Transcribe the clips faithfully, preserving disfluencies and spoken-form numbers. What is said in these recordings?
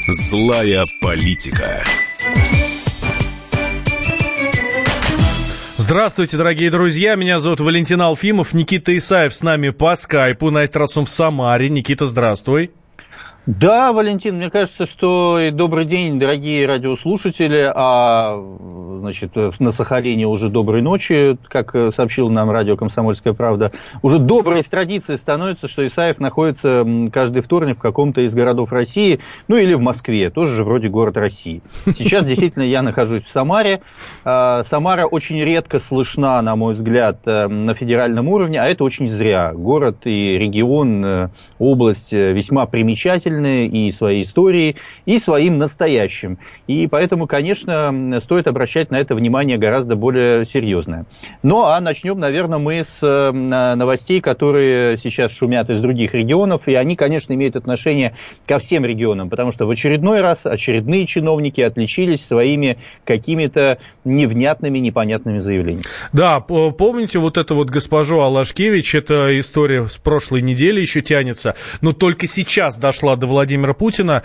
Злая политика. Здравствуйте, дорогие друзья, меня зовут Валентин Алфимов, Никита Исаев с нами по скайпу, на этот раз он в Самаре. Никита, здравствуй. Да, Валентин, мне кажется, что и добрый день, дорогие радиослушатели, а значит, на Сахалине уже доброй ночи, как сообщил нам радио «Комсомольская правда». Уже доброй традицией становится, что Исаев находится каждый вторник в каком-то из городов России, ну или в Москве, тоже же вроде город России. Сейчас действительно я нахожусь в Самаре. Самара очень редко слышна, на мой взгляд, на федеральном уровне, а это очень зря. Город и регион, область весьма примечательны и своей историей, и своим настоящим. И поэтому, конечно, стоит обращать на это внимание гораздо более серьезное. Ну, а начнем, наверное, мы с новостей, которые сейчас шумят из других регионов, и они, конечно, имеют отношение ко всем регионам, потому что в очередной раз очередные чиновники отличились своими какими-то невнятными, непонятными заявлениями. Да, помните вот эту вот госпожу Алашкевич, эта история с прошлой недели еще тянется, но только сейчас дошла до Владимира Путина.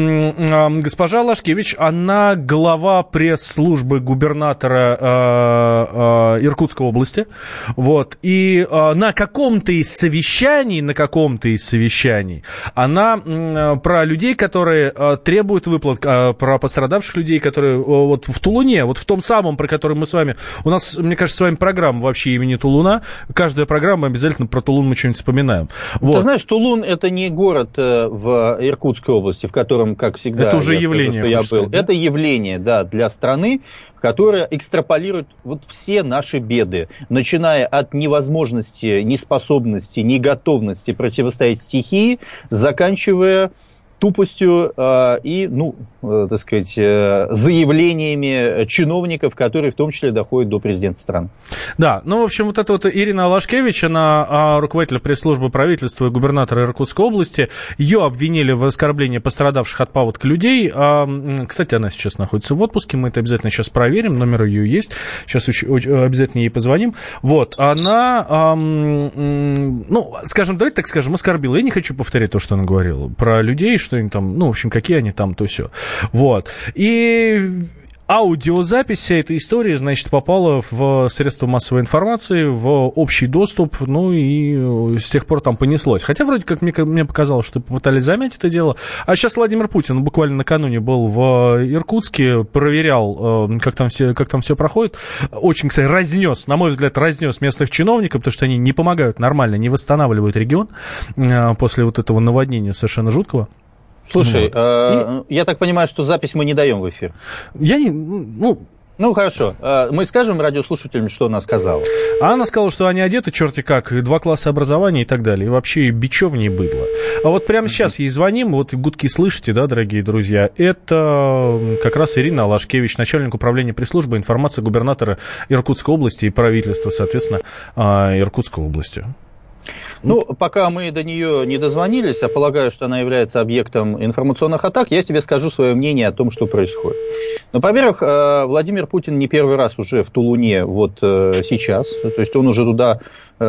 Госпожа Алашкевич, она глава пресс-службы губернатора э, э, Иркутской области. Вот. И э, на каком-то из совещаний, на каком-то из совещаний она э, про людей, которые э, требуют выплат, э, про пострадавших людей, которые э, вот в Тулуне, вот в том самом, про который мы с вами... У нас, мне кажется, с вами программа вообще имени Тулуна. Каждая программа обязательно про Тулун мы что-нибудь вспоминаем. Вот. Ты знаешь, Тулун — это не город э, в Иркутской области, в котором, как всегда, это уже я явление, скажу, что я был. Да? Это явление, да, для страны, которая экстраполирует вот все наши беды, начиная от невозможности, неспособности, неготовности противостоять стихии, заканчивая тупостью э, и, ну, э, так сказать, э, заявлениями чиновников, которые в том числе доходят до президента страны. Да, ну, в общем, вот эта вот Ирина Алашкевич, она э, руководитель пресс-службы правительства и губернатора Иркутской области, ее обвинили в оскорблении пострадавших от паводка людей. Э, кстати, она сейчас находится в отпуске, мы это обязательно сейчас проверим, номер ее есть, сейчас очень, очень, обязательно ей позвоним. Вот, она, э, ну, скажем, давайте так скажем, оскорбила. Я не хочу повторять то, что она говорила про людей, что они там, ну, в общем, какие они там, то все. Вот. И аудиозапись всей этой истории, значит, попала в средства массовой информации, в общий доступ, ну, и с тех пор там понеслось. Хотя, вроде как, мне, мне показалось, что попытались замять это дело. А сейчас Владимир Путин буквально накануне был в Иркутске, проверял, как там все, как там все проходит. Очень, кстати, разнес, на мой взгляд, разнес местных чиновников, потому что они не помогают нормально, не восстанавливают регион после вот этого наводнения совершенно жуткого. Слушай, вот. э, И... я так понимаю, что запись мы не даем в эфир. Я не... Ну, ну хорошо. Э, мы скажем радиослушателям, что она сказала. А она сказала, что они одеты черти как, и два класса образования и так далее. И вообще бичевнее быдло. А вот прямо сейчас ей звоним, вот гудки слышите, да, дорогие друзья? Это как раз Ирина Алашкевич, начальник управления пресс-службы информации губернатора Иркутской области и правительства, соответственно, Иркутской области. Ну, пока мы до нее не дозвонились, а полагаю, что она является объектом информационных атак, я тебе скажу свое мнение о том, что происходит. Ну, во-первых, Владимир Путин не первый раз уже в Тулуне вот сейчас, то есть он уже туда,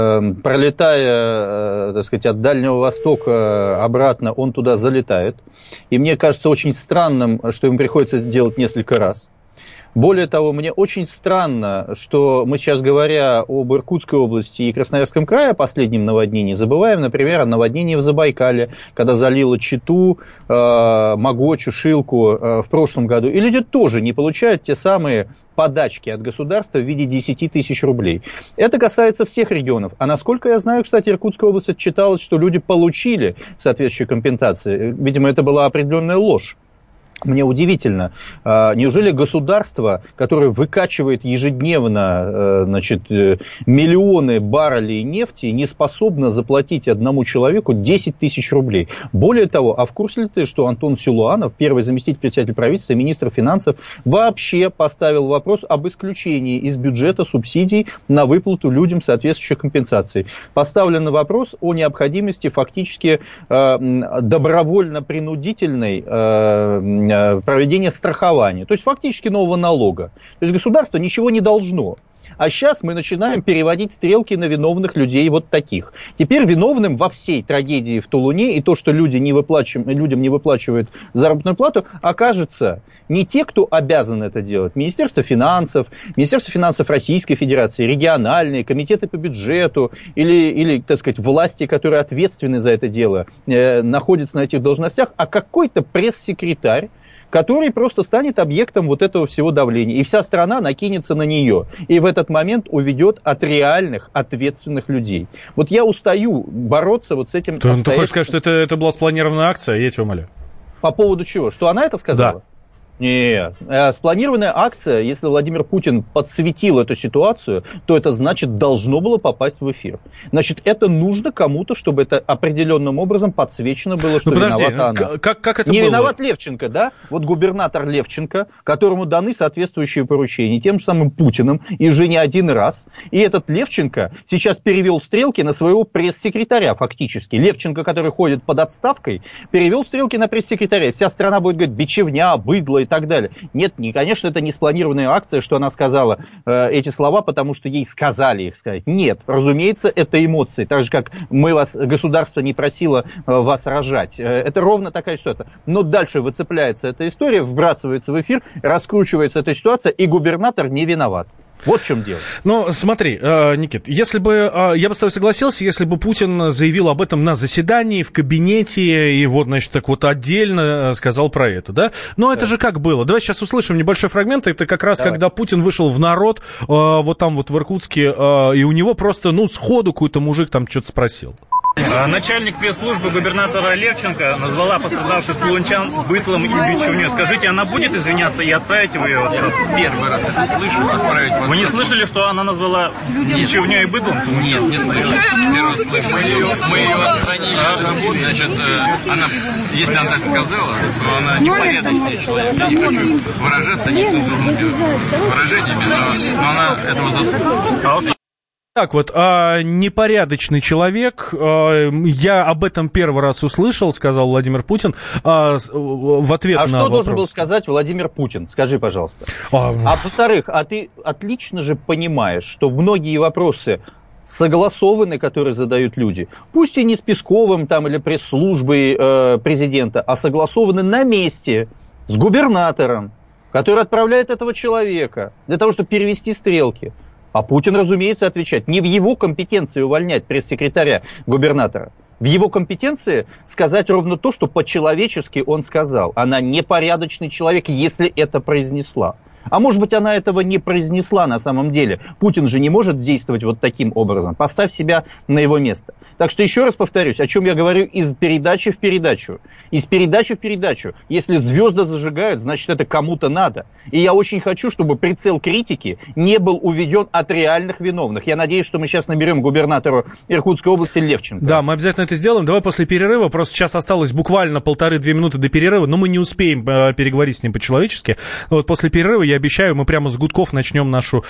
пролетая, так сказать, от Дальнего Востока обратно, он туда залетает. И мне кажется очень странным, что ему приходится это делать несколько раз. Более того, мне очень странно, что мы сейчас, говоря об Иркутской области и Красноярском крае, о последнем наводнении, забываем, например, о наводнении в Забайкале, когда залило Читу, э, Могочу, Шилку э, в прошлом году. И люди тоже не получают те самые подачки от государства в виде десять тысяч рублей. Это касается всех регионов. А насколько я знаю, кстати, Иркутская область отчиталась, что люди получили соответствующие компенсации. Видимо, это была определенная ложь. Мне удивительно, неужели государство, которое выкачивает ежедневно, значит, миллионы баррелей нефти, не способно заплатить одному человеку десять тысяч рублей? Более того, а в курсе ли ты, что Антон Силуанов, первый заместитель председателя правительства, министр финансов, вообще поставил вопрос об исключении из бюджета субсидий на выплату людям соответствующих компенсаций? Поставлен вопрос о необходимости фактически добровольно-принудительной проведения страхования, то есть фактически нового налога. То есть государство ничего не должно. А сейчас мы начинаем переводить стрелки на виновных людей вот таких. Теперь виновным во всей трагедии в Тулуне и то, что люди не выплачивают, людям не выплачивают заработную плату, окажется не те, кто обязан это делать. Министерство финансов, Министерство финансов Российской Федерации, региональные, комитеты по бюджету или, или так сказать, власти, которые ответственны за это дело, э, находятся на этих должностях, а какой-то пресс-секретарь, который просто станет объектом вот этого всего давления. И вся страна накинется на нее. И в этот момент уведет от реальных, ответственных людей. Вот я устаю бороться вот с этим. Ты, ты хочешь сказать, что это, это была спланированная акция? Я тебя умоляю. По поводу чего? Что она это сказала? Да. Нет. Спланированная акция, если Владимир Путин подсветил эту ситуацию, то это значит должно было попасть в эфир. Значит, это нужно кому-то, чтобы это определенным образом подсвечено было, что ну, подожди, виновата она. Как, как это Не было? виноват Левченко, да? Вот губернатор Левченко, которому даны соответствующие поручения тем же самым Путиным, и уже не один раз. И этот Левченко сейчас перевел стрелки на своего пресс-секретаря фактически. Левченко, который ходит под отставкой, перевел стрелки на пресс-секретаря. Вся страна будет говорить бичевня, быдло и так далее. Нет, не, конечно, это не спланированная акция, что она сказала э, эти слова, потому что ей сказали их сказать. Нет, разумеется, это эмоции. Так же, как мы вас, государство не просило э, вас рожать. Э, это ровно такая ситуация. Но дальше выцепляется эта история, вбрасывается в эфир, раскручивается эта ситуация, и губернатор не виноват. Вот в чем дело. Ну, смотри, Никит, если бы, я бы с тобой согласился, если бы Путин заявил об этом на заседании, в кабинете, и вот, значит, так вот отдельно сказал про это, да? Но это да. же как было? Давай сейчас услышим небольшой фрагмент. Это как раз, Давай. когда Путин вышел в народ, вот там вот в Иркутске, и у него просто, ну, сходу какой-то мужик там что-то спросил. Начальник пресс-службы губернатора Левченко назвала пострадавших тулунчан бытлом и бичевней. Скажите, она будет извиняться и отправить его ее отставку? Первый раз это слышу, отправить в Вы не слышали, что она назвала бичевней и бытлом? Нет, не слышу. Первый раз слышу. Мы ее, мы ее отстранили от работы. Значит, она, если она так сказала, то она непорядочный человек. Я не хочу выражаться нецензурным выражениями, но она этого заслуживает. Так вот, а, непорядочный человек, а, я об этом первый раз услышал, сказал Владимир Путин, а, в ответ а на вопрос. А что должен был сказать Владимир Путин? Скажи, пожалуйста. А, а во-вторых, а ты отлично же понимаешь, что многие вопросы согласованы, которые задают люди, пусть и не с Песковым там, или пресс-службой э, президента, а согласованы на месте с губернатором, который отправляет этого человека для того, чтобы перевести стрелки. А Путин, разумеется, отвечает. Не в его компетенции увольнять пресс-секретаря губернатора. В его компетенции сказать ровно то, что по-человечески он сказал. Она непорядочный человек, если это произнесла. А может быть, она этого не произнесла на самом деле. Путин же не может действовать вот таким образом. Поставь себя на его место. Так что еще раз повторюсь, о чем я говорю из передачи в передачу. Из передачи в передачу. Если звезды зажигают, значит, это кому-то надо. И я очень хочу, чтобы прицел критики не был уведен от реальных виновных. Я надеюсь, что мы сейчас наберем губернатору Иркутской области Левченко. Да, мы обязательно это сделаем. Давай после перерыва. Просто сейчас осталось буквально полторы-две минуты до перерыва, но мы не успеем э, переговорить с ним по-человечески. Вот после перерыва, я обещаю, мы прямо с Гудков начнем нашу...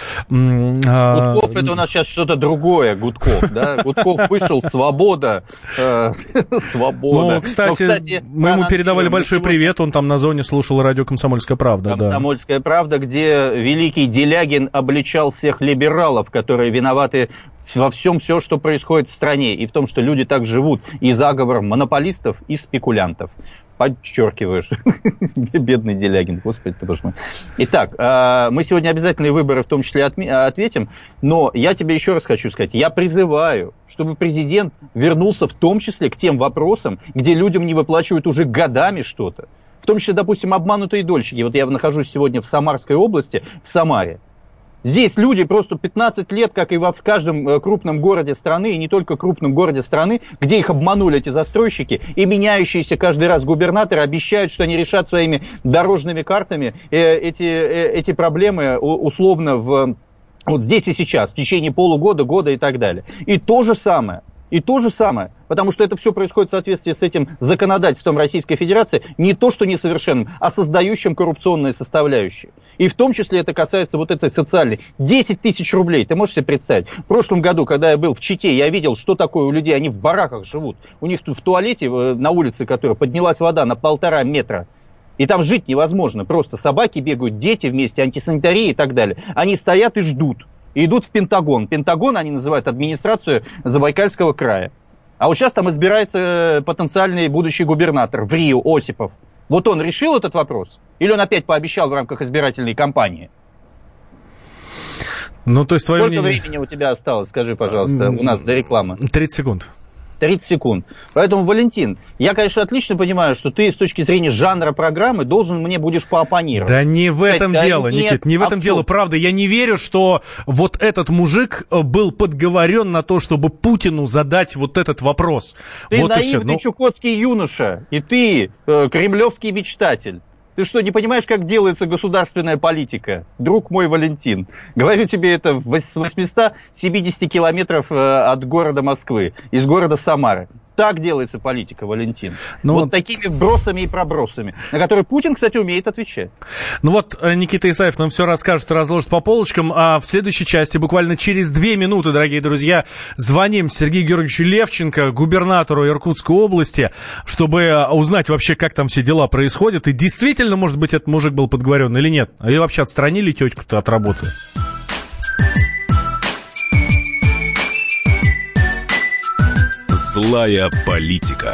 Э, Гудков, это у нас сейчас что-то другое, Гудков, да? Гудков вышел, свобода, э, свобода. Ну, кстати, Но, кстати мы ему передавали большой привет, он там на зоне слушал радио «Комсомольская правда». «Комсомольская да. правда», где великий Делягин обличал всех либералов, которые виноваты во всем, все, что происходит в стране, и в том, что люди так живут, и заговором монополистов и спекулянтов. Подчеркиваю, что бедный Делягин, господи ты боже мой. Итак, мы сегодня обязательные выборы в том числе ответим, но я тебе еще раз хочу сказать, я призываю, чтобы президент вернулся в том числе к тем вопросам, где людям не выплачивают уже годами что-то. В том числе, допустим, обманутые дольщики. Вот я нахожусь сегодня в Самарской области, в Самаре. Здесь люди просто пятнадцать лет, как и в каждом крупном городе страны, и не только крупном городе страны, где их обманули эти застройщики, и меняющиеся каждый раз губернаторы обещают, что они решат своими дорожными картами эти, эти проблемы условно в, вот здесь и сейчас, в течение полугода, года и так далее. И то же самое. И то же самое, потому что это все происходит в соответствии с этим законодательством Российской Федерации, не то что несовершенным, а создающим коррупционные составляющие. И в том числе это касается вот этой социальной. десять тысяч рублей, ты можешь себе представить? В прошлом году, когда я был в Чите, я видел, что такое у людей, они в бараках живут. У них тут в туалете, на улице, которая поднялась вода на полтора метра. И там жить невозможно, просто собаки бегают, дети вместе, антисанитария и так далее. Они стоят и ждут. и идут в Пентагон. Пентагон они называют администрацию Забайкальского края. А вот сейчас там избирается потенциальный будущий губернатор в Рио, Осипов. Вот он решил этот вопрос? Или он опять пообещал в рамках избирательной кампании? Ну, то есть, твое Сколько мнение... времени у тебя осталось, скажи, пожалуйста, у нас до рекламы? тридцать секунд. тридцать секунд. Поэтому, Валентин, я, конечно, отлично понимаю, что ты с точки зрения жанра программы должен мне будешь пооппонировать. Да не в этом да дело, нет, Никит, не в этом абсурд. дело. Правда, я не верю, что вот этот мужик был подговорен на то, чтобы Путину задать вот этот вопрос. Ты вот наивный ну... чукотский юноша, и ты э, кремлевский мечтатель. Ты что, не понимаешь, как делается государственная политика? Друг мой Валентин. Говорю тебе это в восьмистах семидесяти километров от города Москвы, из города Самары. Так делается политика, Валентин. Ну, вот такими бросами и пробросами, на которые Путин, кстати, умеет отвечать. Ну вот Никита Исаев нам все расскажет и разложит по полочкам. А в следующей части, буквально через две минуты, дорогие друзья, звоним Сергею Георгиевичу Левченко, губернатору Иркутской области, чтобы узнать вообще, как там все дела происходят. И действительно, может быть, этот мужик был подговорен или нет. Или вообще отстранили тетку-то от работы. Злая политика.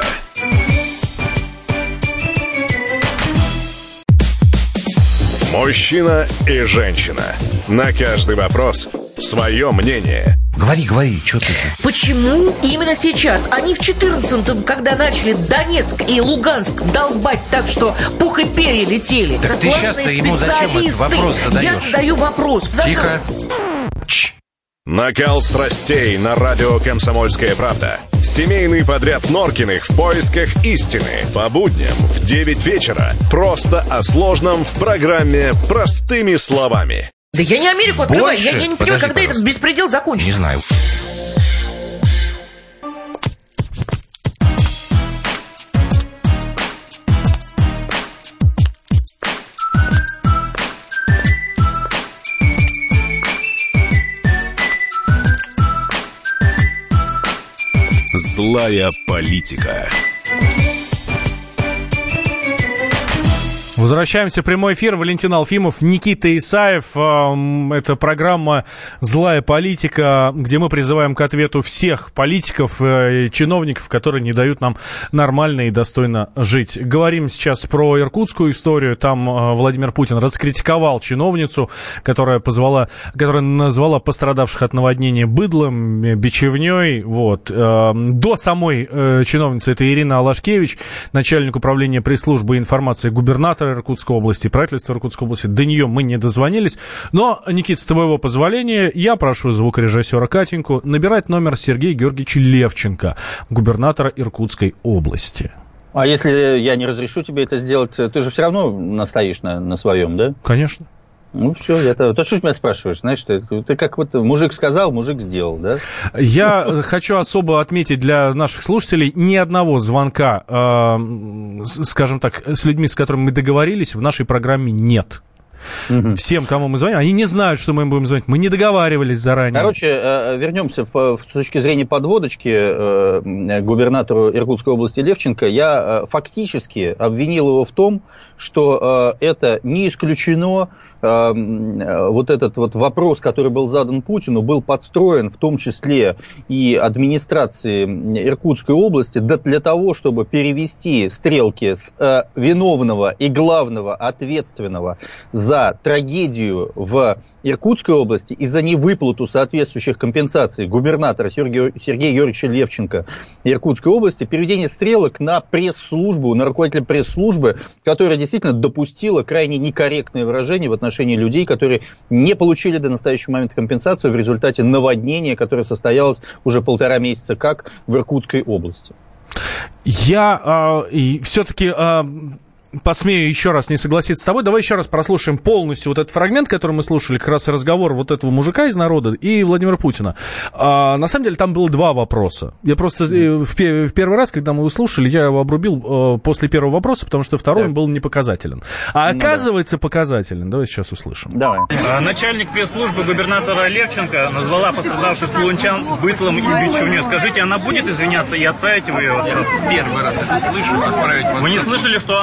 Мужчина и женщина. На каждый вопрос свое мнение. Говори, говори, что ты? Почему именно сейчас? Они в четырнадцатом, когда начали Донецк и Луганск долбать так, что пух и перья летели. Так ты сейчас-то ему зачем этот вопрос задаешь? Я задаю вопрос. Тихо. Чш. Накал страстей на радио «Комсомольская правда». Семейный подряд Норкиных в поисках истины. По будням в девять вечера. Просто о сложном в программе «Простыми словами». Да я не Америку открываю. Больше? Я, я не понимаю, Подожди, когда пожалуйста. этот беспредел закончится. Не знаю. Злая политика. Возвращаемся в прямой эфир. Валентин Алфимов, Никита Исаев. Это программа «Злая политика», где мы призываем к ответу всех политиков и чиновников, которые не дают нам нормально и достойно жить. Говорим сейчас про иркутскую историю. Там Владимир Путин раскритиковал чиновницу, которая позвала, которая назвала пострадавших от наводнения быдлом, бичевней. Вот. До самой чиновницы, это Ирина Алашкевич, начальник управления пресс-службы информации губернатора Иркутской области, правительства Иркутской области. До нее мы не дозвонились. Но, Никит, с твоего позволения, я прошу звукорежиссера Катеньку набирать номер Сергея Георгиевича Левченко, губернатора Иркутской области. А если я не разрешу тебе это сделать, ты же все равно настоишь на, на своем, да? Конечно. Ну, все, это... То что ты меня спрашиваешь? Знаешь, ты, ты как вот мужик сказал, мужик сделал, да? Я хочу особо отметить для наших слушателей ни одного звонка, э, скажем так, с людьми, с которыми мы договорились, в нашей программе нет. Угу. Всем, кому мы звоним, они не знают, что мы им будем звонить. Мы не договаривались заранее. Короче, вернемся с точки зрения подводочки губернатору Иркутской области Левченко. Я фактически обвинил его в том, что это не исключено. Вот этот вот вопрос, который был задан Путину, был подстроен в том числе и администрацией Иркутской области для того, чтобы перевести стрелки с виновного и главного ответственного за трагедию в Иркутской области и за невыплату соответствующих компенсаций губернатора Сергея, Сергея Георгиевича Левченко Иркутской области, переведение стрелок на пресс-службу, на руководителя пресс-службы, которая действительно допустила крайне некорректные выражения в отношении людей, которые не получили до настоящего момента компенсацию в результате наводнения, которое состоялось уже полтора месяца как в Иркутской области. Я э, все-таки... Э... посмею еще раз не согласиться с тобой. Давай еще раз прослушаем полностью вот этот фрагмент, который мы слушали, как раз разговор вот этого мужика из народа и Владимира Путина. А, на самом деле там было два вопроса. Я просто в, в первый раз, когда мы его слушали, я его обрубил э, после первого вопроса, потому что второй он был не показателен. А ну, оказывается, да. показателен. Давай сейчас услышим. Давай. Начальник пресс-службы губернатора Левченко назвала пострадавших лунчан бытлом и бичевней. Скажите, она будет извиняться и отправить его? Я первый раз это слышу. Отправить. Вы не слышали, что она назвала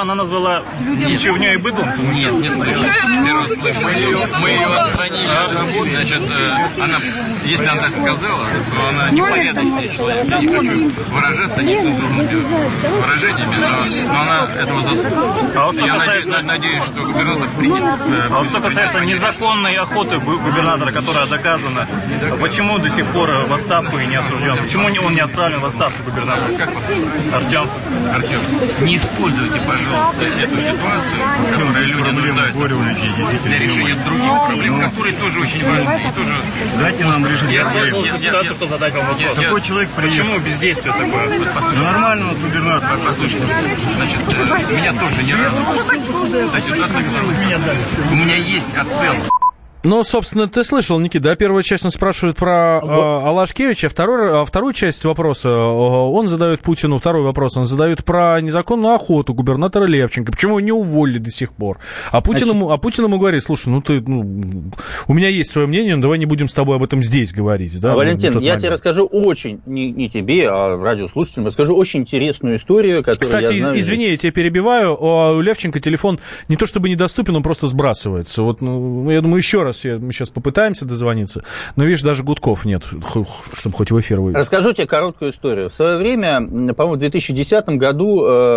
назвала бичевней и быдлом? Нет, не слышал. Первый раз слышу. Мы ее, мы ее отстранили от работы. Значит, она, если она так сказала, то она непорядочный человек. Я не хочу выражаться нецензурными выражениями, но, но она этого заслуживает. А вот что Я касается... надеюсь, надеюсь, что губернатор принят. А вот что касается незаконной охоты губернатора, которая доказана, почему до сих пор в отставку и не осужден? Почему он не отправлен в отставку губернатора? Как вас? Артем. Артем, не используйте, пожалуйста, эту ситуацию, в которой люди нуждаются, для решения других проблем, которые тоже очень важны. И тоже... Дайте нам решить. Я использовал эту ситуацию, чтобы задать вам вопрос. Такой человек приехал. Почему бездействие такое? Ну, нормально у нас губернатор. Послушайте, значит, меня тоже не радует та ситуация, которую вы сказали. У меня есть оценка. Ну, собственно, ты слышал, Никита, да, первую часть он спрашивает про э, Алашкевича, второй, а вторую часть вопроса э, он задает Путину, второй вопрос он задает про незаконную охоту губернатора Левченко, почему его не уволили до сих пор. А Путин, ему, а Путин ему говорит, слушай, ну ты, ну, у меня есть свое мнение, но давай не будем с тобой об этом здесь говорить. Да, Валентин, я момент. тебе расскажу очень, не, не тебе, а радиослушателям, расскажу очень интересную историю, которую Кстати, я знаю... извини, я тебя перебиваю, у Левченко телефон не то чтобы недоступен, он просто сбрасывается. Вот, ну, я думаю, еще раз мы сейчас попытаемся дозвониться, но, видишь, даже гудков нет, чтобы хоть в эфир вывести. Расскажу тебе короткую историю. В свое время, по-моему, в две тысячи десятом году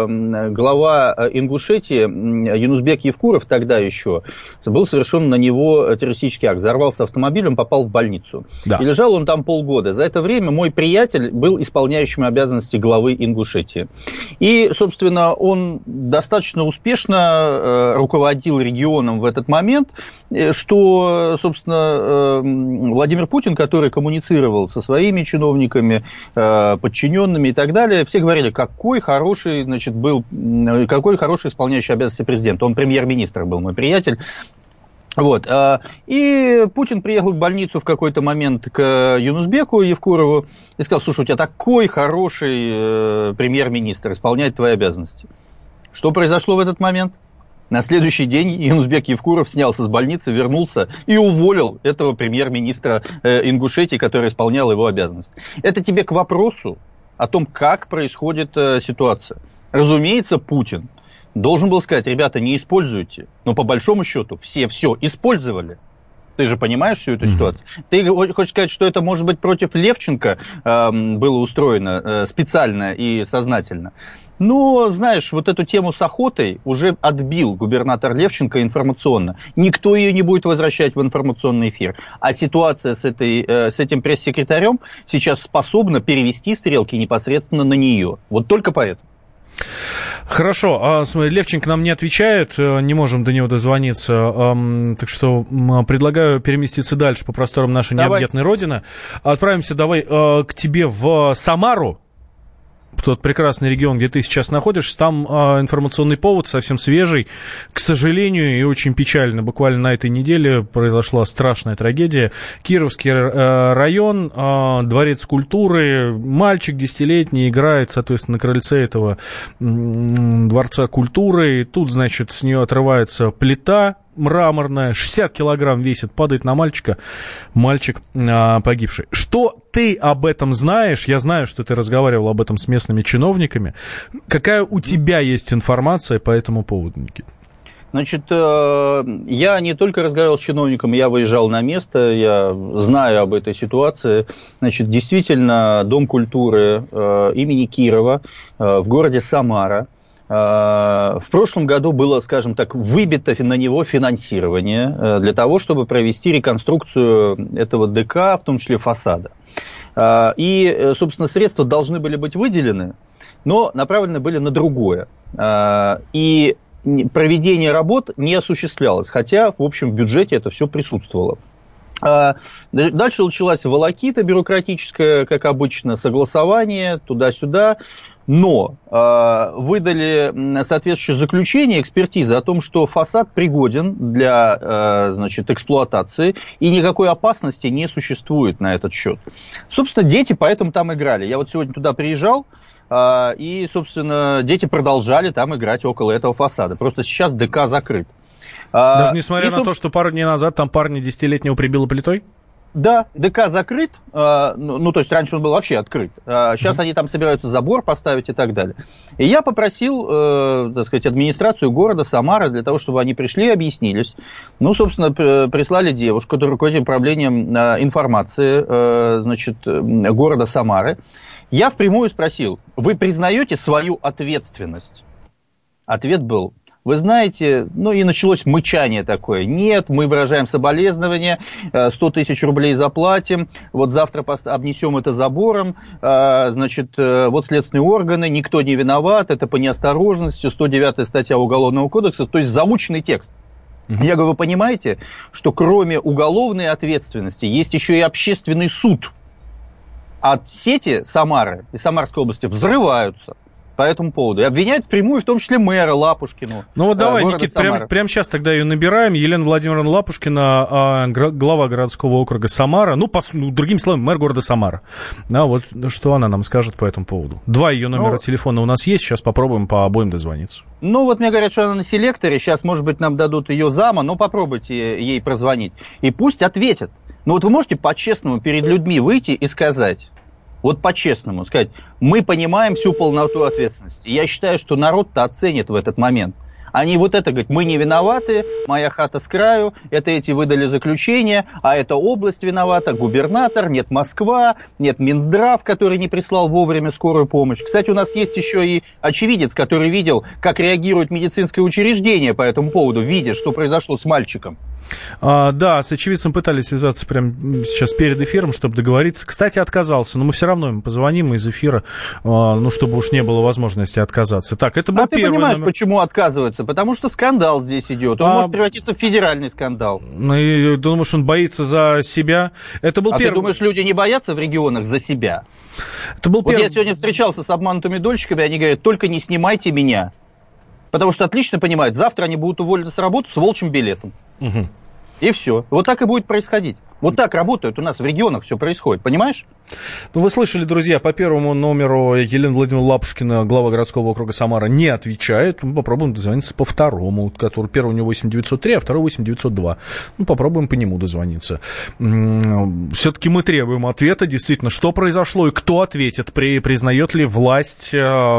глава Ингушетии Юнусбек Евкуров, тогда еще, был совершен на него террористический акт. Взорвался автомобилем, попал в больницу. Да. И лежал он там полгода. За это время мой приятель был исполняющим обязанности главы Ингушетии. И, собственно, он достаточно успешно руководил регионом в этот момент, что, собственно, Владимир Путин, который коммуницировал со своими чиновниками, подчиненными и так далее, все говорили, какой хороший, значит, был, какой хороший исполняющий обязанности президента. Он премьер-министр был, мой приятель. Вот. И Путин приехал в больницу в какой-то момент к Юнусбеку Евкурову и сказал, слушай, у тебя такой хороший премьер-министр, исполняет твои обязанности. Что произошло в этот момент? На следующий день Юнусбек Евкуров снялся с больницы, вернулся и уволил этого премьер-министра Ингушетии, который исполнял его обязанности. Это тебе к вопросу о том, как происходит ситуация. Разумеется, Путин должен был сказать, ребята, не используйте. Но по большому счету все все использовали. Ты же понимаешь всю эту ситуацию? Ты хочешь сказать, что это, может быть, против Левченко э, было устроено э, специально и сознательно? Но, знаешь, вот эту тему с охотой уже отбил губернатор Левченко информационно. Никто ее не будет возвращать в информационный эфир. А ситуация с, этой, э, с этим пресс-секретарем сейчас способна перевести стрелки непосредственно на нее. Вот только поэтому. Хорошо, а, смотри, Левченко нам не отвечает, не можем до него дозвониться, так что предлагаю переместиться дальше по просторам нашей давай. необъятной родины. Отправимся давай к тебе в Самару, тот прекрасный регион, где ты сейчас находишься. Там э, информационный повод совсем свежий. К сожалению, и очень печально, буквально на этой неделе произошла страшная трагедия. Кировский э, район, э, дворец культуры. Мальчик десятилетний играет, соответственно, на крыльце этого э, дворца культуры. И тут, значит, с нее отрывается плита мраморная, шестьдесят килограмм весит, падает на мальчика, мальчик а, погибший. Что ты об этом знаешь? Я знаю, что ты разговаривал об этом с местными чиновниками. Какая у тебя есть информация по этому поводу, Никита? Значит, я не только разговаривал с чиновником, я выезжал на место, я знаю об этой ситуации. Значит, действительно, Дом культуры имени Кирова в городе Самара. В прошлом году было, скажем так, выбито на него финансирование для того, чтобы провести реконструкцию этого ДК, в том числе фасада. И, собственно, средства должны были быть выделены, но направлены были на другое. И проведение работ не осуществлялось, хотя, в общем, в бюджете это все присутствовало. Дальше началась волокита бюрократическая, как обычно, согласование туда-сюда. Но э, выдали соответствующее заключение, экспертизы о том, что фасад пригоден для э, значит, эксплуатации, и никакой опасности не существует на этот счет. Собственно, дети поэтому там играли. Я вот сегодня туда приезжал, э, и, собственно, дети продолжали там играть около этого фасада. Просто сейчас ДК закрыт. Даже несмотря и, на то, что пару дней назад там парня десятилетнего прибило плитой? Да, ДК закрыт, э, ну, ну, то есть раньше он был вообще открыт, а сейчас mm-hmm. они там собираются забор поставить и так далее. И я попросил, э, так сказать, администрацию города Самары для того, чтобы они пришли и объяснились. Ну, собственно, прислали девушку, которая руководит управлением э, информации, э, значит, города Самары. Я впрямую спросил, вы признаете свою ответственность? Ответ был... Вы знаете, ну и началось мычание такое. Нет, мы выражаем соболезнования, сто тысяч рублей заплатим, вот завтра обнесем это забором, значит, вот следственные органы, никто не виноват, это по неосторожности, сто девятая статья Уголовного кодекса, то есть заученный текст. Я говорю, вы понимаете, что кроме уголовной ответственности есть еще и общественный суд. А сети Самары и Самарской области взрываются по этому поводу. И обвиняют впрямую, в том числе мэра Лапушкину. Ну вот давай, Никит, прямо прям сейчас тогда ее набираем. Елена Владимировна Лапушкина, глава городского округа Самара, ну, по, ну другими словами, мэр города Самара. Да, вот что она нам скажет по этому поводу. Два ее номера ну, телефона у нас есть, сейчас попробуем по обоим дозвониться. Ну вот мне говорят, что она на селекторе, сейчас, может быть, нам дадут ее зама, но попробуйте ей прозвонить. И пусть ответят. Ну вот вы можете по-честному перед людьми выйти и сказать... Вот по-честному сказать, мы понимаем всю полноту ответственности. Я считаю, что народ-то оценит в этот момент. Они вот это говорят, мы не виноваты, моя хата с краю, это эти выдали заключение, а это область виновата, губернатор, нет Москва, нет Минздрав, который не прислал вовремя скорую помощь. Кстати, у нас есть еще и очевидец, который видел, как реагирует медицинское учреждение по этому поводу, видя, что произошло с мальчиком. А, да, с очевидцем пытались связаться прямо сейчас перед эфиром, чтобы договориться. Кстати, отказался, но мы все равно ему позвоним из эфира, а, ну, чтобы уж не было возможности отказаться. Так, это был а первый ты понимаешь, номер... почему отказываются? Потому что скандал здесь идет. Он а... может превратиться в федеральный скандал. Ну, и думаешь, он боится за себя? Это был а первый... ты думаешь, люди не боятся в регионах за себя? Это был вот первый... я сегодня встречался с обманутыми дольщиками, они говорят, только не снимайте меня. Потому что отлично понимают, завтра они будут уволены с работы с волчьим билетом. Угу. И все. Вот так и будет происходить. Вот так работают у нас в регионах, все происходит, понимаешь? Ну, вы слышали, друзья, по первому номеру Елена Владимировна Лапушкина, глава городского округа Самара, не отвечает. Мы попробуем дозвониться по второму, который первый у него восемь девятьсот три, а второй восемь девятьсот два. Ну, попробуем по нему дозвониться. Все-таки мы требуем ответа, действительно, что произошло и кто ответит, при, признает ли власть,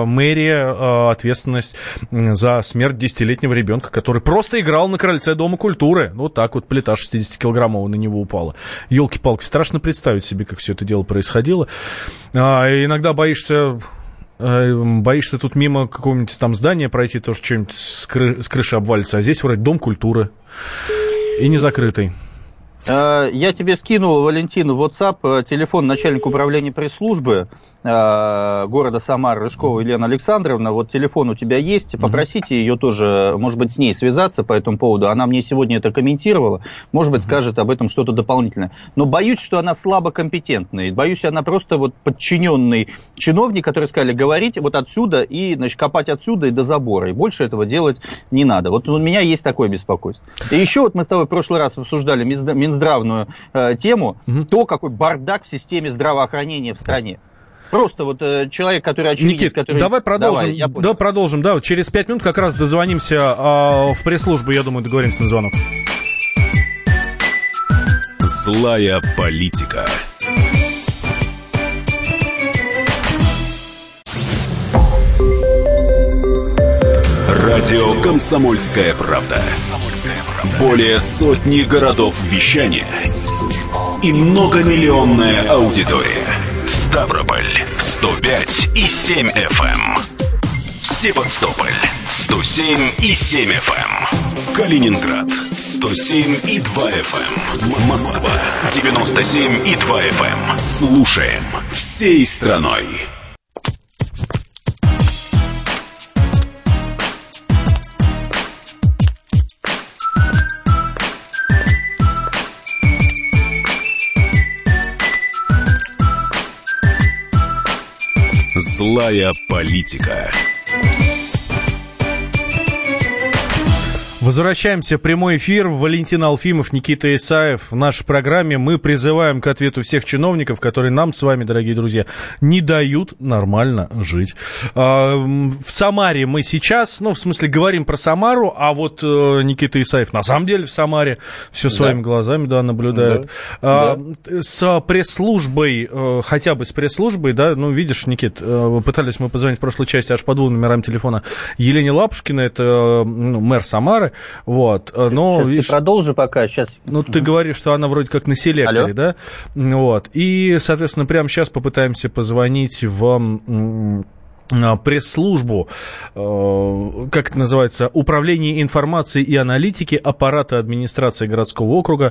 мэрия ответственность за смерть десятилетнего ребенка, который просто играл на крыльце Дома культуры. Вот так вот плита шестидесятикилограммовая на него упала. Ёлки-палки, страшно представить себе, как все это дело происходило. А, иногда боишься, боишься тут мимо какого-нибудь там здания пройти, тоже что-нибудь с, кры- с крыши обвалится. А здесь вроде Дом культуры и не закрытый. Я тебе скинул, Валентин, в WhatsApp телефон начальника управления пресс-службы города Самары Рыжкова Елена Александровна. Вот телефон у тебя есть, попросите ее тоже, может быть, с ней связаться по этому поводу. Она мне сегодня это комментировала, может быть, скажет об этом что-то дополнительное. Но боюсь, что она слабокомпетентная. Боюсь, она просто вот подчиненный чиновник, который сказали говорить вот отсюда и, значит, копать отсюда и до забора. И больше этого делать не надо. Вот у меня есть такое беспокойство. И еще вот мы с тобой в прошлый раз обсуждали Минздравную э, тему, угу. то, какой бардак в системе здравоохранения в стране. Просто вот э, человек, который очевидец, Никит, который... давай продолжим, давай, давай продолжим, да, вот через пять минут как раз дозвонимся э, в пресс-службу, я думаю, договоримся на звонок. Злая политика. Радио «Комсомольская правда». Более сотни городов вещания и многомиллионная аудитория. Ставрополь сто пять и семь эф эм. Севастополь сто семь и семь эф эм. Калининград сто семь и два эф эм. Москва девяносто семь и два эф эм. Слушаем всей страной. Злая политика. Возвращаемся в прямой эфир. Валентин Алфимов, Никита Исаев. В нашей программе мы призываем к ответу всех чиновников, которые нам с вами, дорогие друзья, не дают нормально жить. В Самаре мы сейчас, ну, в смысле, говорим про Самару, а вот Никита Исаев на самом деле в Самаре все своими да. глазами, да, наблюдает. Да. Да. С пресс-службой, хотя бы с пресс-службой, да, ну, видишь, Никит, пытались мы позвонить в прошлой части аж по двум номерам телефона Елене Лапушкиной, это ну, мэр Самары, вот, но... Сейчас видишь, продолжу пока, сейчас... Ну, ты говоришь, что она вроде как на селекторе, Алло. Да? Вот, и, соответственно, прямо сейчас попытаемся позвонить в... пресс-службу, как это называется, Управление информации и аналитики аппарата администрации городского округа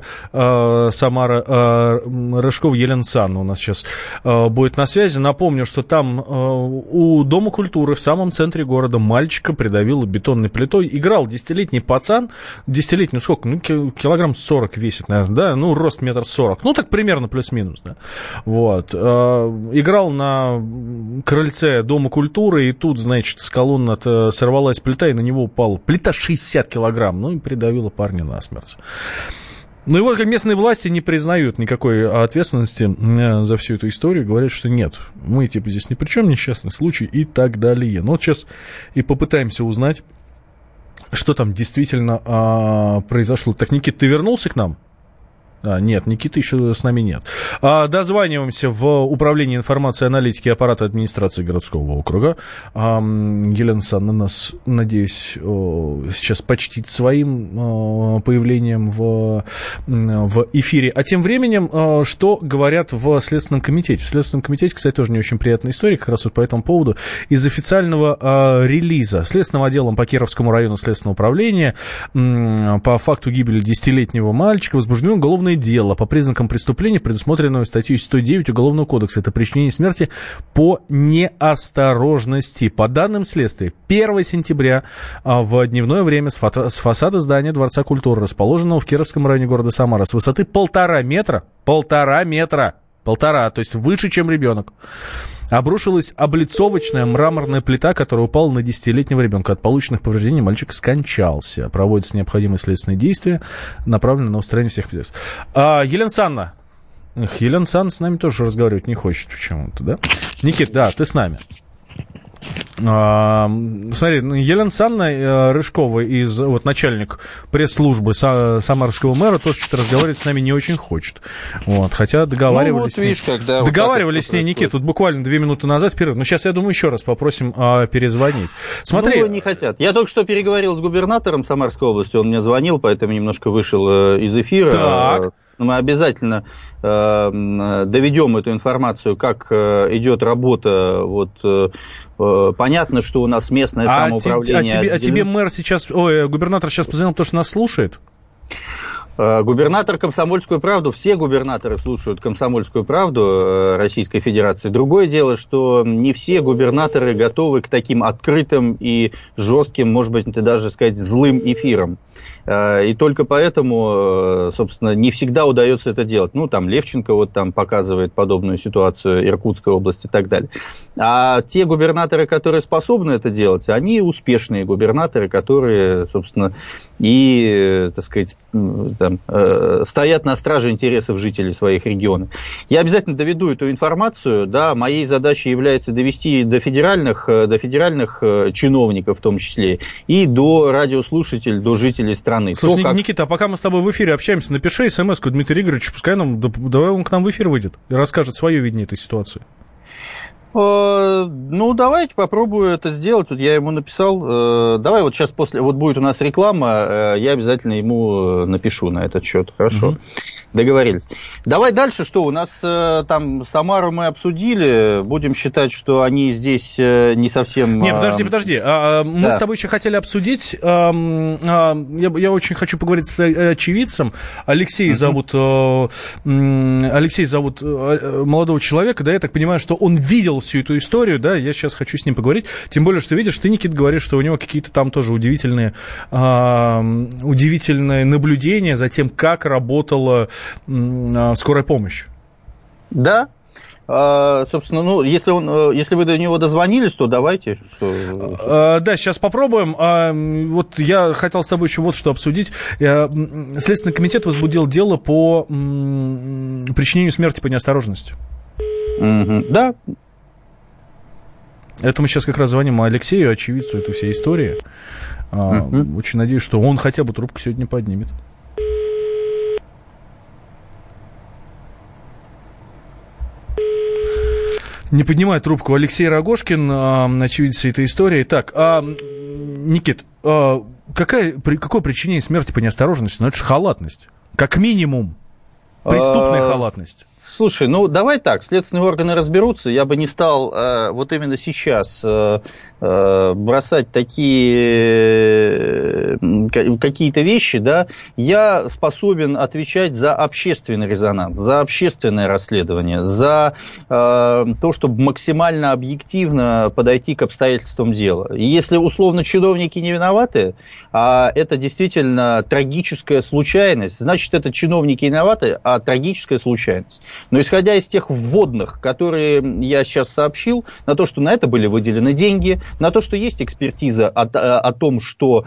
Самара. Рыжкова Елена Санна у нас сейчас будет на связи. Напомню, что там у Дома культуры в самом центре города мальчика придавило бетонной плитой. Играл десятилетний пацан, десятилетний, ну сколько, ну килограмм сорок весит, наверное, да, ну рост метр сорок, ну так примерно плюс-минус, да, вот. Играл на крыльце Дома культуры, и тут, значит, с колонны сорвалась плита, и на него упала плита шестьдесят килограмм, ну и придавила парня насмерть. Ну и вот как местные власти не признают никакой ответственности за всю эту историю, говорят, что нет, мы типа здесь ни при чем, несчастный случай и так далее. Но вот сейчас и попытаемся узнать, что там действительно а, произошло. Так, Никит, ты вернулся к нам? А, нет, Никиты еще с нами нет. А, дозваниваемся в Управление информации и аналитики аппарата администрации городского округа. А, Елена Санна нас, надеюсь, сейчас почтит своим появлением в, в эфире. А тем временем, что говорят в Следственном комитете? В Следственном комитете, кстати, тоже не очень приятная история, как раз вот по этому поводу. Из официального а, релиза Следственным отделом по Кировскому району Следственного управления м, по факту гибели десятилетнего мальчика возбуждено уголовное дело по признакам преступления, предусмотренного статьей сто девять Уголовного кодекса. Это причинение смерти по неосторожности. По данным следствия, первого сентября в дневное время с фасада здания Дворца культуры, расположенного в Кировском районе города Самара, с высоты полтора метра, полтора метра, полтора, то есть выше, чем ребенок, обрушилась облицовочная мраморная плита, которая упала на десятилетнего ребенка. От полученных повреждений мальчик скончался. Проводятся необходимые следственные действия, направленные на устранение всех обстоятельств. А, Елена Санна. Эх, Елена Санна с нами тоже разговаривать не хочет почему-то, да? Никит, да, ты с нами. А, смотри, Елена Санна Рыжкова, из, вот, начальник пресс-службы са, самарского мэра, тоже что-то разговаривать с нами не очень хочет. Вот, хотя договаривались, ну, вот, видишь, с ней, когда договаривались вот с ней, Никит, вот буквально две минуты назад вперед. Но сейчас, я думаю, еще раз попросим а, перезвонить. Смотри. Ну, не хотят. Я только что переговорил с губернатором Самарской области, он мне звонил, поэтому немножко вышел из эфира. Так. Мы обязательно э, доведем эту информацию, как э, идет работа. Вот, э, понятно, что у нас местное а самоуправление. Ти, а, тебе, а тебе мэр сейчас, ой, губернатор сейчас позвонил, потому что нас слушает? Губернатор «Комсомольскую правду», все губернаторы слушают «Комсомольскую правду» Российской Федерации. Другое дело, что не все губернаторы готовы к таким открытым и жестким, может быть, даже сказать, злым эфирам. И только поэтому, собственно, не всегда удается это делать. Ну, там Левченко вот там показывает подобную ситуацию, Иркутской области и так далее. А те губернаторы, которые способны это делать, они успешные губернаторы, которые, собственно, и, так сказать, там, стоят на страже интересов жителей своих регионов. Я обязательно доведу эту информацию. Да, моей задачей является довести до федеральных, до федеральных чиновников в том числе и до радиослушателей, до жителей страны. Слушай, То, как... Никита, а пока мы с тобой в эфире общаемся, напиши смс-ку Дмитрию Игоревичу, пускай нам, давай он к нам в эфир выйдет и расскажет свое видение этой ситуации. Ну, давайте попробую это сделать. Вот я ему написал. Давай вот сейчас после... Вот будет у нас реклама, я обязательно ему напишу на этот счет. Хорошо. Угу. Договорились. Давай дальше. Что у нас там Самару мы обсудили. Будем считать, что они здесь не совсем... Не, подожди, подожди. Мы да. с тобой еще хотели обсудить... Я, я очень хочу поговорить с очевидцем. Алексей зовут... Алексей зовут молодого человека. Да, я так понимаю, что он видел всю эту историю, да, я сейчас хочу с ним поговорить, тем более, что, видишь, ты, Никит, говоришь, что у него какие-то там тоже удивительные, э, удивительные наблюдения за тем, как работала э, скорая помощь. Да, Собственно, ну, если, он, если вы до него дозвонились, то давайте. Что... Да, сейчас попробуем. Вот я хотел с тобой еще вот что обсудить. Следственный комитет возбудил дело по причинению смерти по неосторожности. Угу. Да. Это мы сейчас как раз звоним Алексею, очевидцу этой всей истории. Угу. Очень надеюсь, что он хотя бы трубку сегодня поднимет. Не поднимает трубку Алексей Рогожкин, очевидец этой истории. Так, а, Никит, а, какая, при, какое причинение смерти по неосторожности? Ну, это же халатность. Как минимум. Преступная халатность. Слушай, ну давай так, следственные органы разберутся. Я бы не стал э, вот именно сейчас э, э, бросать такие э, какие-то вещи, да. Я способен отвечать за общественный резонанс, за общественное расследование, за э, то, чтобы максимально объективно подойти к обстоятельствам дела. И если условно чиновники не виноваты, а это действительно трагическая случайность, значит, это чиновники виноваты, а трагическая случайность. Но исходя из тех вводных, которые я сейчас сообщил, на то, что на это были выделены деньги, на то, что есть экспертиза о, о том, что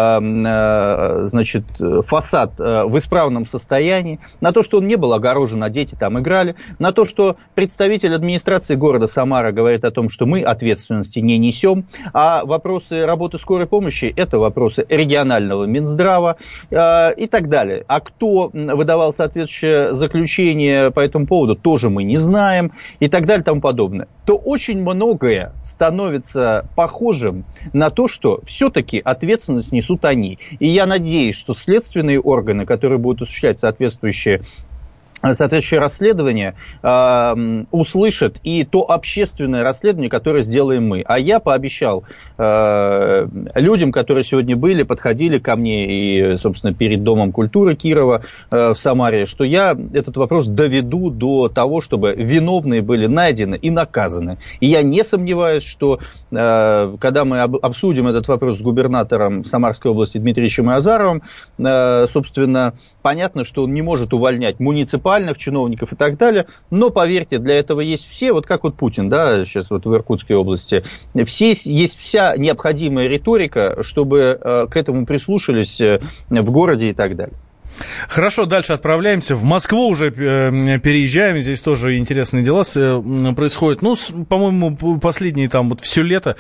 э, значит, фасад в исправном состоянии, на то, что он не был огорожен, а дети там играли, на то, что представитель администрации города Самара говорит о том, что мы ответственности не несем, а вопросы работы скорой помощи – это вопросы регионального Минздрава э, и так далее. А кто выдавал соответствующее заключение по этому поводу, тоже мы не знаем и так далее и тому подобное, то очень многое становится похожим на то, что все-таки ответственность несут они. И я надеюсь, что следственные органы, которые будут осуществлять соответствующие соответствующее расследование э, услышат и то общественное расследование, которое сделаем мы. А я пообещал э, людям, которые сегодня были, подходили ко мне и, собственно, перед Домом культуры Кирова э, в Самаре, что я этот вопрос доведу до того, чтобы виновные были найдены и наказаны. И я не сомневаюсь, что э, когда мы об, обсудим этот вопрос с губернатором Самарской области Дмитрием Азаровым, э, собственно, понятно, что он не может увольнять муниципальных чиновников и так далее, но, поверьте, для этого есть все, вот как вот Путин, да, сейчас вот в Иркутской области, все, есть вся необходимая риторика, чтобы э, к этому прислушались э, в городе и так далее. Хорошо, дальше отправляемся. В Москву уже переезжаем. Здесь тоже интересные дела происходят. Ну, по-моему, последние там вот все лето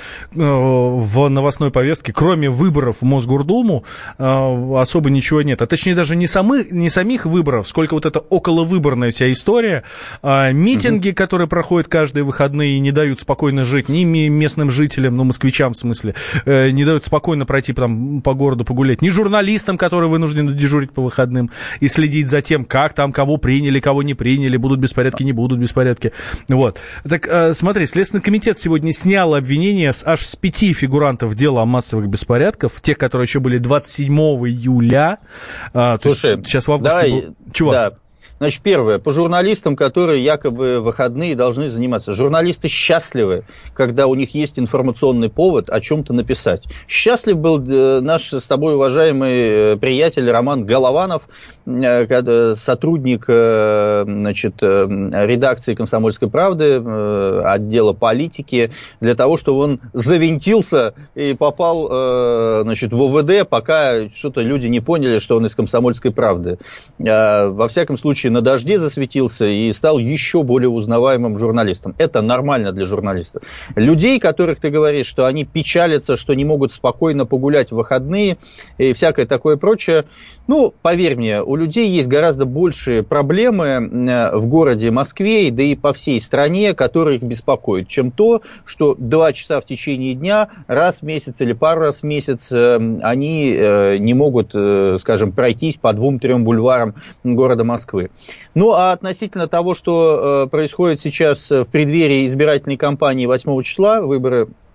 в новостной повестке, кроме выборов в Мосгордуму, особо ничего нет. А точнее, даже не, самы, не самих выборов, сколько вот эта околовыборная вся история. Митинги, угу. которые проходят каждые выходные и не дают спокойно жить ни местным жителям, ну, москвичам в смысле, не дают спокойно пройти там, по городу погулять, ни журналистам, которые вынуждены дежурить по выходным, и следить за тем, как там, кого приняли, кого не приняли, будут беспорядки, не будут беспорядки. Вот. Так, э, смотри, Следственный комитет сегодня снял обвинения с, аж с пяти фигурантов дела о массовых беспорядках, тех, которые еще были двадцать седьмого июля. А, то Слушай, есть, сейчас в августе... давай, был... Чего? Да. Значит, первое, по журналистам, которые якобы в выходные должны заниматься. Журналисты счастливы, когда у них есть информационный повод о чем-то написать. Счастлив был наш с тобой уважаемый приятель Роман Голованов, сотрудник, значит, редакции «Комсомольской правды», отдела политики, для того, чтобы он завинтился и попал, значит, в ОВД, пока что-то люди не поняли, что он из «Комсомольской правды». Во всяком случае, на «Дожде» засветился и стал еще более узнаваемым журналистом. Это нормально для журналистов. Людей, которых ты говоришь, что они печалятся, что не могут спокойно погулять в выходные и всякое такое прочее, ну, поверь мне, у людей есть гораздо большие проблемы в городе Москве, да и по всей стране, которые их беспокоят, чем то, что два часа в течение дня, раз в месяц или пару раз в месяц они не могут, скажем, пройтись по двум-трем бульварам города Москвы. Ну, а относительно того, что происходит сейчас в преддверии избирательной кампании восьмого числа, выборы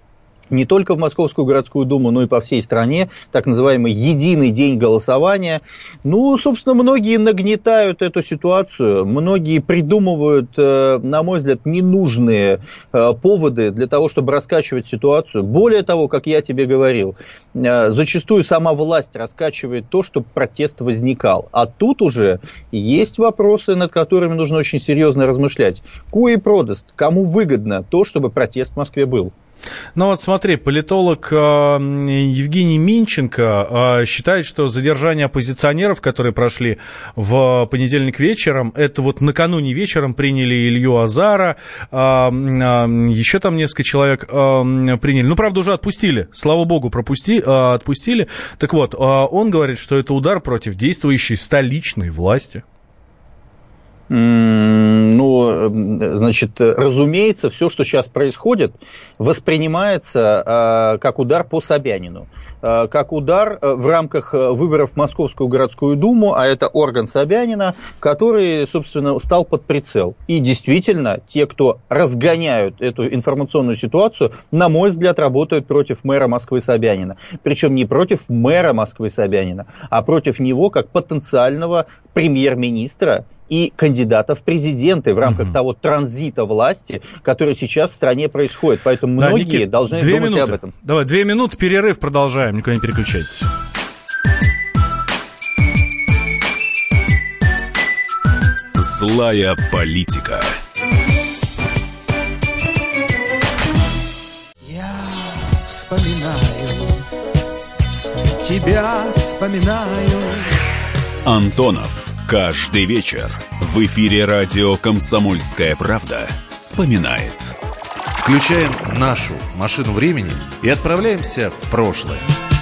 не только в Московскую городскую думу, но и по всей стране, так называемый единый день голосования. Ну, собственно, многие нагнетают эту ситуацию, многие придумывают, на мой взгляд, ненужные поводы для того, чтобы раскачивать ситуацию. Более того, как я тебе говорил, зачастую сама власть раскачивает то, чтобы протест возникал. А тут уже есть вопросы, над которыми нужно очень серьезно размышлять. Куи продаст, кому выгодно то, чтобы протест в Москве был? Ну вот смотри, политолог э, Евгений Минченко э, считает, что задержание оппозиционеров, которые прошли в понедельник вечером, это вот накануне вечером приняли Илью Азара, э, э, еще там несколько человек э, приняли, ну, правда, уже отпустили, слава богу, пропусти, э, отпустили. Так вот, э, он говорит, что это удар против действующей столичной власти. Ну, значит, разумеется, все, что сейчас происходит, воспринимается э, как удар по Собянину, э, как удар в рамках выборов в Московскую городскую думу, а это орган Собянина, который, собственно, стал под прицел. И действительно, те, кто разгоняют эту информационную ситуацию, на мой взгляд, работают против мэра Москвы Собянина. Причем не против мэра Москвы Собянина, а против него как потенциального премьер-министра и кандидата в президенты в рамках угу. того транзита власти, который сейчас в стране происходит. Поэтому да, многие Никит, должны думать минуты. об этом. Давай, две минуты, перерыв, продолжаем, никуда не переключайтесь. Злая политика. Я вспоминаю, тебя вспоминаю. Антонов. Каждый вечер в эфире радио «Комсомольская правда» вспоминает. Включаем нашу машину времени и отправляемся в прошлое.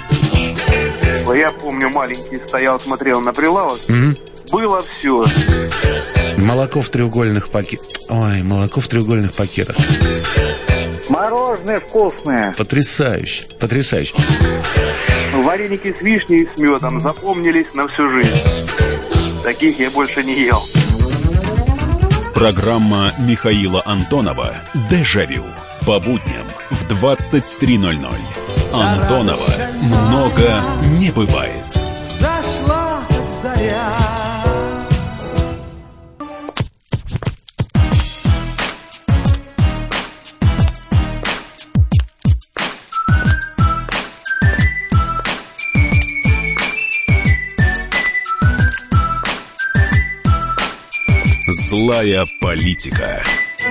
Я помню, маленький стоял, смотрел на прилавок. Mm-hmm. Было все. Молоко в треугольных пакетах. Ой, молоко в треугольных пакетах. Мороженое вкусное. Потрясающе, потрясающе. Вареники с вишней и с медом запомнились на всю жизнь. Таких я больше не ел. Программа Михаила Антонова «Дежавю». По будням в двадцать три ноль ноль. Антонова много не бывает. Зашла заря. Злая политика.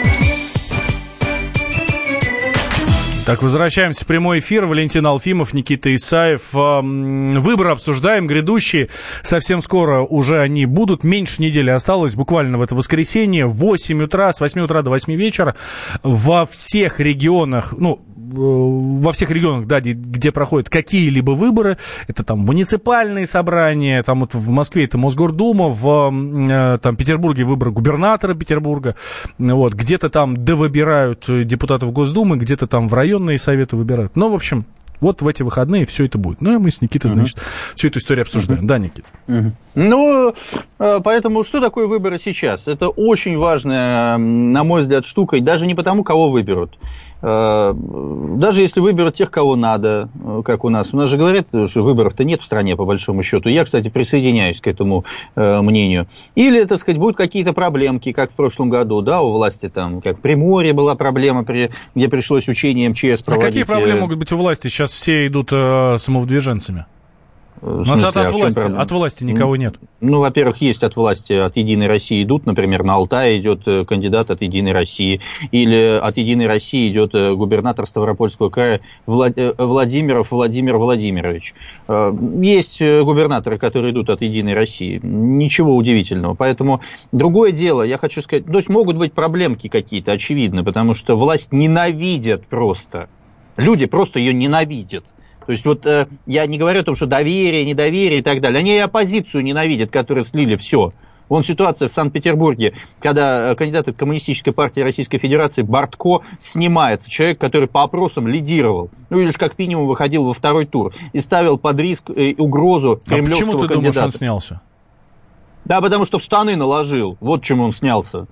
Так, возвращаемся в прямой эфир. Валентин Алфимов, Никита Исаев. Выборы обсуждаем, грядущие. Совсем скоро уже они будут. Меньше недели осталось, буквально в это воскресенье. В восемь утра, с восьми утра до восьми вечера во всех регионах, ну, во всех регионах, да, где проходят какие-либо выборы, это там муниципальные собрания, там вот в Москве это Мосгордума, в там, Петербурге выборы губернатора Петербурга, вот, где-то там довыбирают депутатов Госдумы, где-то там в районные советы выбирают. Ну, в общем, вот в эти выходные все это будет. Ну, и мы с Никитой, значит, uh-huh. всю эту историю обсуждаем. Uh-huh. Да, Никита? Uh-huh. Ну, поэтому что такое выборы сейчас? Это очень важная, на мой взгляд, штука. И даже не потому, кого выберут. Даже если выберут тех, кого надо, как у нас. У нас же говорят, что выборов-то нет в стране, по большому счету. Я, кстати, присоединяюсь к этому мнению. Или, так сказать, будут какие-то проблемки, как в прошлом году, да, у власти там, как в Приморье была проблема, где пришлось учение эм че эс проводить. А какие проблемы могут быть у власти? Сейчас все идут э, самовыдвиженцами. У нас от, от, власти, от власти никого нет. Ну, во-первых, есть от власти, от «Единой России» идут, например, на Алтай идет кандидат от «Единой России», или от «Единой России» идет губернатор Ставропольского края Владимиров Владимир Владимирович. Есть губернаторы, которые идут от «Единой России». Ничего удивительного. Поэтому другое дело, я хочу сказать, то есть могут быть проблемки какие-то, очевидно, потому что власть ненавидят просто. Люди просто ее ненавидят. То есть вот э, я не говорю о том, что доверие, недоверие и так далее. Они и оппозицию ненавидят, которые слили все. Вон ситуация в Санкт-Петербурге, когда кандидат от Коммунистической партии Российской Федерации Бортко снимается. Человек, который по опросам лидировал. Ну, или же как минимум выходил во второй тур. И ставил под риск и угрозу кремлевского кандидата. А почему ты думаешь, он снялся? Да, потому что в штаны наложил. Вот чему он снялся.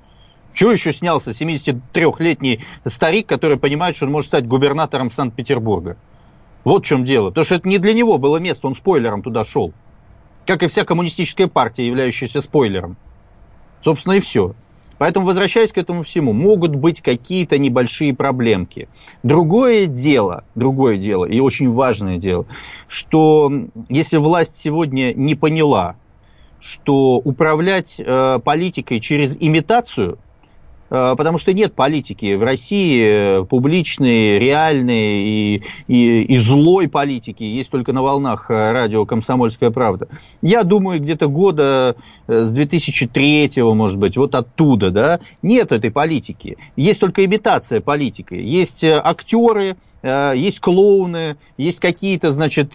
Чего еще снялся семидесятитрёхлетний старик, который понимает, что он может стать губернатором Санкт-Петербурга? Вот в чем дело. Потому что это не для него было место, он спойлером туда шел. Как и вся коммунистическая партия, являющаяся спойлером. Собственно, и все. Поэтому, возвращаясь к этому всему, могут быть какие-то небольшие проблемки. Другое дело, другое дело, и очень важное дело, что если власть сегодня не поняла, что управлять э, политикой через имитацию, э, потому что нет политики в России, публичной, реальной и, и, и злой политики, есть только на волнах радио «Комсомольская правда». Я думаю, где-то года с две тысячи третьего, может быть, вот оттуда, да, нет этой политики. Есть только имитация политики. Есть актеры, есть клоуны, есть какие-то, значит,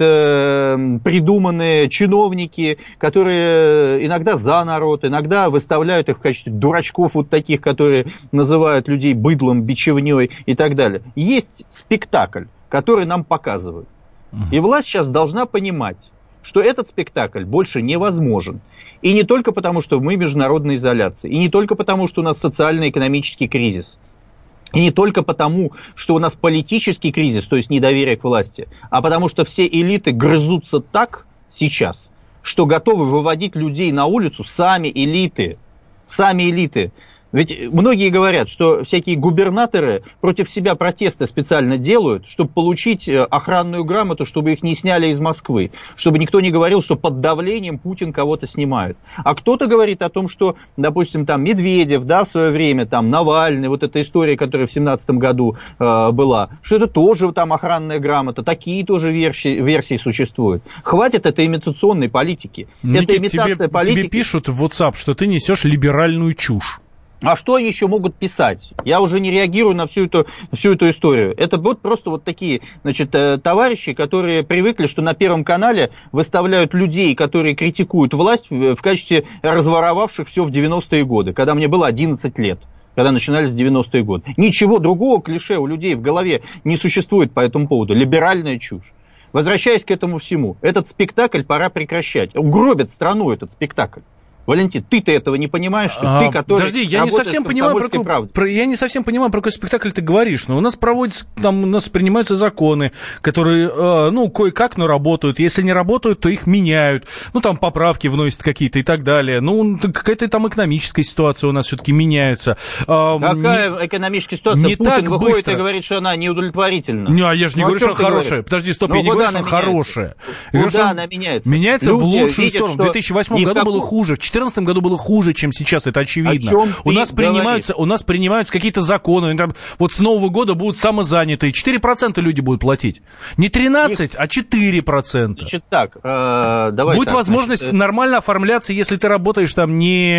придуманные чиновники, которые иногда за народ, иногда выставляют их в качестве дурачков, вот таких, которые называют людей быдлом, бичевней и так далее. Есть спектакль, который нам показывают. И власть сейчас должна понимать, что этот спектакль больше невозможен. И не только потому, что мы в международной изоляции, и не только потому, что у нас социально-экономический кризис, и не только потому, что у нас политический кризис, то есть недоверие к власти, а потому что все элиты грызутся так сейчас, что готовы выводить людей на улицу сами элиты. Сами элиты. Ведь многие говорят, что всякие губернаторы против себя протесты специально делают, чтобы получить охранную грамоту, чтобы их не сняли из Москвы, чтобы никто не говорил, что под давлением Путин кого-то снимает. А кто-то говорит о том, что, допустим, там Медведев, да, в свое время, там Навальный, вот эта история, которая в семнадцатом году э, была, что это тоже там охранная грамота, такие тоже версии, версии существуют. Хватит этой имитационной политики. Никит, это имитация тебе, политики. Тебе пишут в WhatsApp, что ты несешь либеральную чушь. А что они еще могут писать? Я уже не реагирую на всю эту, всю эту историю. Это вот просто вот такие, значит, товарищи, которые привыкли, что на Первом канале выставляют людей, которые критикуют власть в качестве разворовавших все в девяностые годы, когда мне было одиннадцать лет. Когда начинались девяностые годы. Ничего другого клише у людей в голове не существует по этому поводу. Либеральная чушь. Возвращаясь к этому всему, этот спектакль пора прекращать. Угробит страну этот спектакль. Валентин, ты-то этого не понимаешь, что а, ты, который подожди, я не совсем понимаю, про, какой, про, я не совсем понимаю, про какой спектакль ты говоришь. Но у нас проводятся, там у нас принимаются законы, которые, э, ну, кое-как, но работают. Если не работают, то их меняют. Ну, там поправки вносят какие-то и так далее. Ну, какая-то там экономическая ситуация у нас все-таки меняется. Э, Какая не, экономическая ситуация? Не Путин так выходит быстро. И говорит, что она неудовлетворительна. Не, а я же не ну, говорю, что она хорошая. Говоришь? Подожди, стоп, ну, я не говорю, что она хорошая. Я куда говорю, она меняется? Меняется Люди в лучшую видят, сторону. В две тысячи восьмом году каком... было хуже, в две тысячи четырнадцатом году было хуже, чем сейчас, это очевидно. У нас, принимаются, у нас принимаются какие-то законы. Вот с Нового года будут самозанятые. четыре процента люди будут платить. Не тринадцать, а четыре процента. Значит так, э, давай Будет так, возможность значит, нормально оформляться, если ты работаешь там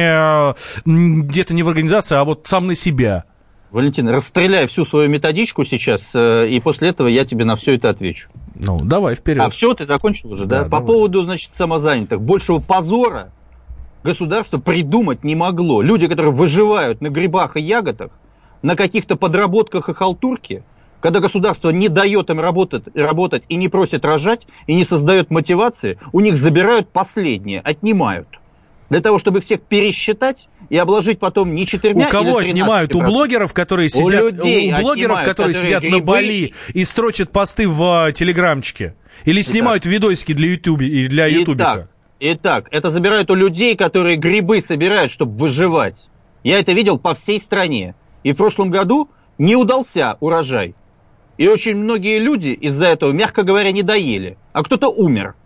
не где-то не в организации, а вот сам на себя. Валентин, расстреляй всю свою методичку сейчас, и после этого я тебе на все это отвечу. Ну, давай, вперед. А все, ты закончил уже, да? да? По давай. поводу, значит, самозанятых. Большего позора государство придумать не могло. Люди, которые выживают на грибах и ягодах, на каких-то подработках и халтурке, когда государство не дает им работать, работать и не просит рожать, и не создает мотивации, у них забирают последнее, отнимают. Для того, чтобы всех пересчитать и обложить потом не четырьмя. У кого отнимают? У блогеров, которые сидят, у, у блогеров, которые, которые сидят грибы. на Бали и строчат посты в телеграмчике? Или снимают Итак. видосики для ютуби и для ютубика? Итак, это забирают у людей, которые грибы собирают, чтобы выживать. Я это видел по всей стране. И в прошлом году не удался урожай. И очень многие люди из-за этого, мягко говоря, не доели. А кто-то умер.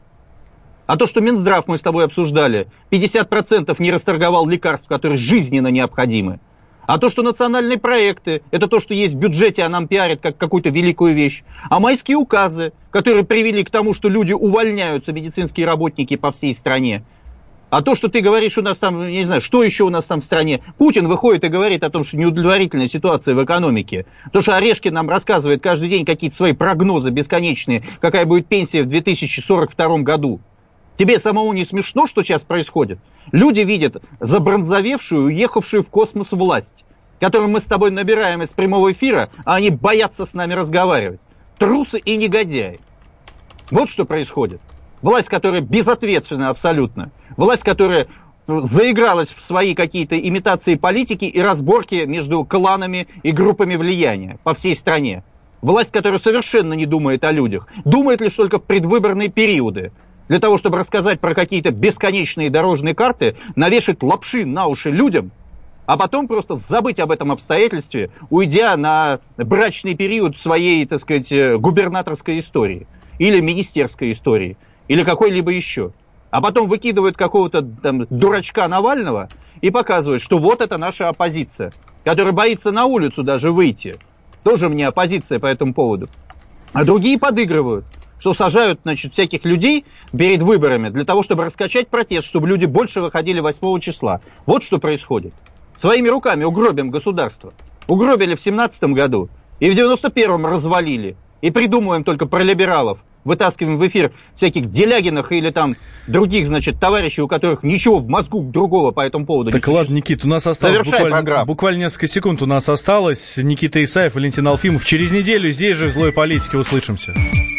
А то, что Минздрав, мы с тобой обсуждали, пятьдесят процентов не расторговал лекарств, которые жизненно необходимы. А то, что национальные проекты, это то, что есть в бюджете, а нам пиарят как какую-то великую вещь. А майские указы, которые привели к тому, что люди увольняются, медицинские работники по всей стране. А то, что ты говоришь у нас там, я не знаю, что еще у нас там в стране. Путин выходит и говорит о том, что неудовлетворительная ситуация в экономике. То, что Орешкин нам рассказывает каждый день какие-то свои прогнозы бесконечные, какая будет пенсия в две тысячи сорок втором году. Тебе самому не смешно, что сейчас происходит? Люди видят забронзовевшую, уехавшую в космос власть, которую мы с тобой набираем из прямого эфира, а они боятся с нами разговаривать. Трусы и негодяи. Вот что происходит. Власть, которая безответственна абсолютно. Власть, которая заигралась в свои какие-то имитации политики и разборки между кланами и группами влияния по всей стране. Власть, которая совершенно не думает о людях, думает лишь только в предвыборные периоды. Для того, чтобы рассказать про какие-то бесконечные дорожные карты, навешать лапши на уши людям, а потом просто забыть об этом обстоятельстве, уйдя на брачный период своей, так сказать, губернаторской истории, или министерской истории, или какой-либо еще. А потом выкидывают какого-то там дурачка Навального и показывают, что вот это наша оппозиция, которая боится на улицу даже выйти. Тоже мне оппозиция по этому поводу. А другие подыгрывают, что сажают, значит, всяких людей перед выборами для того, чтобы раскачать протест, чтобы люди больше выходили восьмого числа. Вот что происходит. Своими руками угробим государство. Угробили в семнадцатом году и в девяносто первом развалили. И придумываем только про либералов. Вытаскиваем в эфир всяких Делягинах или там других, значит, товарищей, у которых ничего в мозгу другого по этому поводу так не ладно, Никита, у нас осталось буквально, буквально несколько секунд у нас осталось. Никита Исаев, Валентин Алфимов. Через неделю здесь же в «Злой политике» услышимся.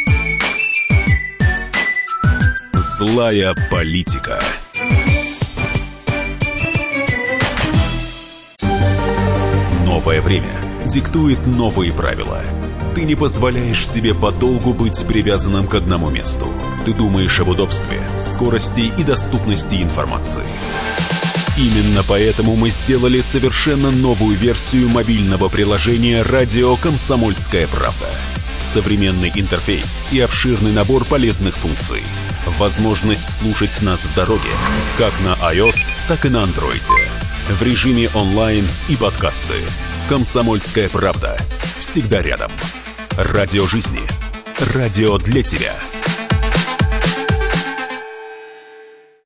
Злая политика. Новое время диктует новые правила. Ты не позволяешь себе подолгу быть привязанным к одному месту. Ты думаешь об удобстве, скорости и доступности информации. Именно поэтому мы сделали совершенно новую версию мобильного приложения «Радио Комсомольская правда». Современный интерфейс и обширный набор полезных функций. Возможность слушать нас в дороге, как на iOS, так и на Android. В режиме онлайн и подкасты. «Комсомольская правда». Всегда рядом. Радио жизни. Радио для тебя.